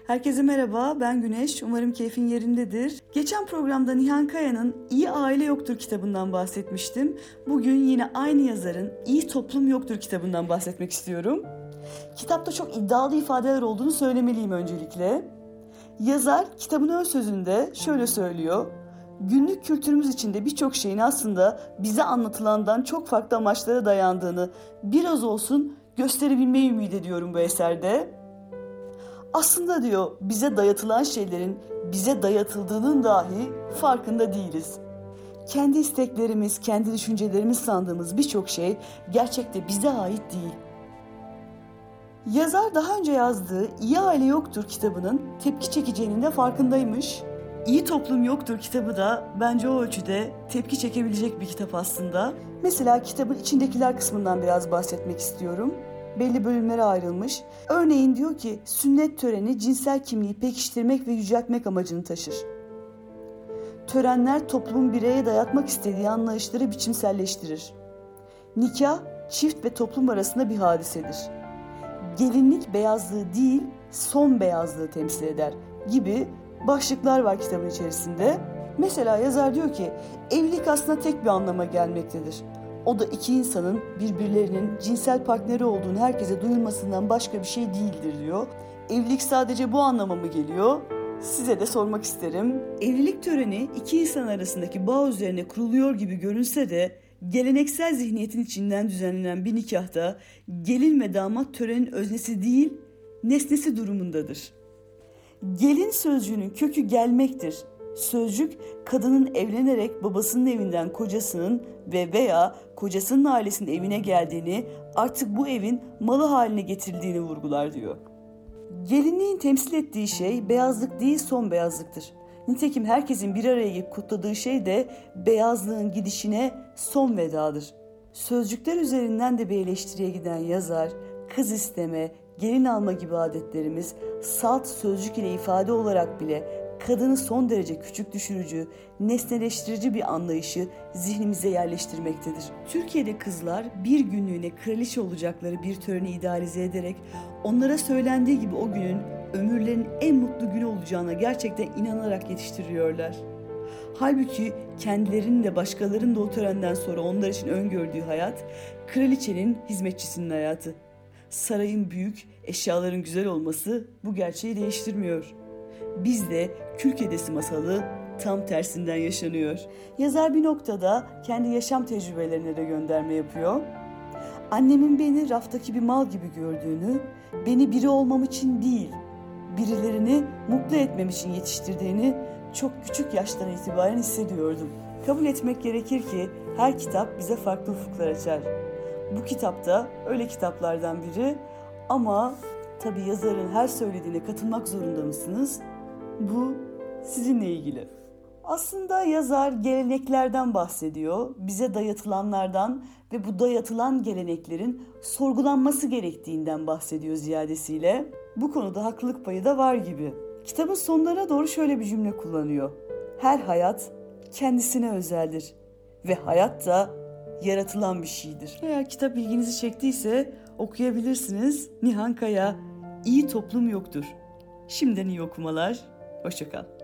Herkese merhaba, ben Güneş. Umarım keyfin yerindedir. Geçen programda Nihan Kaya'nın İyi Aile Yoktur kitabından bahsetmiştim. Bugün yine aynı yazarın İyi Toplum Yoktur kitabından bahsetmek istiyorum. Kitapta çok iddialı ifadeler olduğunu söylemeliyim öncelikle. Yazar kitabın ön sözünde şöyle söylüyor. Günlük kültürümüz içinde birçok şeyin aslında bize anlatılandan çok farklı amaçlara dayandığını biraz olsun gösterebilmeyi ümit ediyorum bu eserde. Aslında diyor bize dayatılan şeylerin bize dayatıldığının dahi farkında değiliz. Kendi isteklerimiz, kendi düşüncelerimiz sandığımız birçok şey gerçekte bize ait değil. Yazar daha önce yazdığı İyi Aile Yoktur kitabının tepki çekeceğinin de farkındaymış. İyi Toplum Yoktur kitabı da bence o ölçüde tepki çekebilecek bir kitap aslında. Mesela kitabın içindekiler kısmından biraz bahsetmek istiyorum. Belli bölümlere ayrılmış. Örneğin diyor ki sünnet töreni cinsel kimliği pekiştirmek ve yüceltmek amacını taşır. Törenler toplumun bireye dayatmak istediği anlayışları biçimselleştirir. Nikah çift ve toplum arasında bir hadisedir. Gelinlik beyazlığı değil, son beyazlığı temsil eder gibi başlıklar var kitabın içerisinde. Mesela yazar diyor ki evlilik aslında tek bir anlama gelmektedir. O da iki insanın birbirlerinin cinsel partneri olduğunu herkese duyurmasından başka bir şey değildir diyor. Evlilik sadece bu anlama mı geliyor? Size de sormak isterim. Evlilik töreni iki insan arasındaki bağ üzerine kuruluyor gibi görünse de geleneksel zihniyetin içinden düzenlenen bir nikahta gelin ve damat törenin öznesi değil, nesnesi durumundadır. Gelin sözcüğünün kökü gelmektir. Sözcük kadının evlenerek babasının evinden kocasının veya kocasının ailesinin evine geldiğini, artık bu evin malı haline getirildiğini vurgular diyor. Gelinliğin temsil ettiği şey beyazlık değil son beyazlıktır. Nitekim herkesin bir araya gelip kutladığı şey de beyazlığın gidişine son vedadır. Sözcükler üzerinden de bir eleştiriye giden yazar, kız isteme, gelin alma gibi adetlerimiz salt sözcük ile ifade olarak bile kadını son derece küçük düşürücü, nesneleştirici bir anlayışı zihnimize yerleştirmektedir. Türkiye'de kızlar bir günlüğüne kraliçe olacakları bir töreni idealize ederek onlara söylendiği gibi o günün ömürlerinin en mutlu günü olacağına gerçekten inanarak yetiştiriyorlar. Halbuki kendilerinin de başkalarının da o törenden sonra onlar için öngördüğü hayat, kraliçenin hizmetçisinin hayatı. Sarayın büyük, eşyaların güzel olması bu gerçeği değiştirmiyor. Bizde Kül Kedisi masalı tam tersinden yaşanıyor. Yazar bir noktada kendi yaşam tecrübelerine de gönderme yapıyor. Annemin beni raftaki bir mal gibi gördüğünü, beni biri olmam için değil, birilerini mutlu etmem için yetiştirdiğini çok küçük yaştan itibaren hissediyordum. Kabul etmek gerekir ki her kitap bize farklı ufuklar açar. Bu kitap da öyle kitaplardan biri ama tabii yazarın her söylediğine katılmak zorunda mısınız? Bu sizinle ilgili. Aslında yazar geleneklerden bahsediyor, bize dayatılanlardan ve bu dayatılan geleneklerin sorgulanması gerektiğinden bahsediyor ziyadesiyle. Bu konuda haklılık payı da var gibi. Kitabın sonlarına doğru şöyle bir cümle kullanıyor. Her hayat kendisine özeldir ve hayat da yaratılan bir şeydir. Eğer kitap ilginizi çektiyse okuyabilirsiniz. Nihan Kaya, İyi Toplum Yoktur. Şimdiden iyi okumalar. Hoşça kal.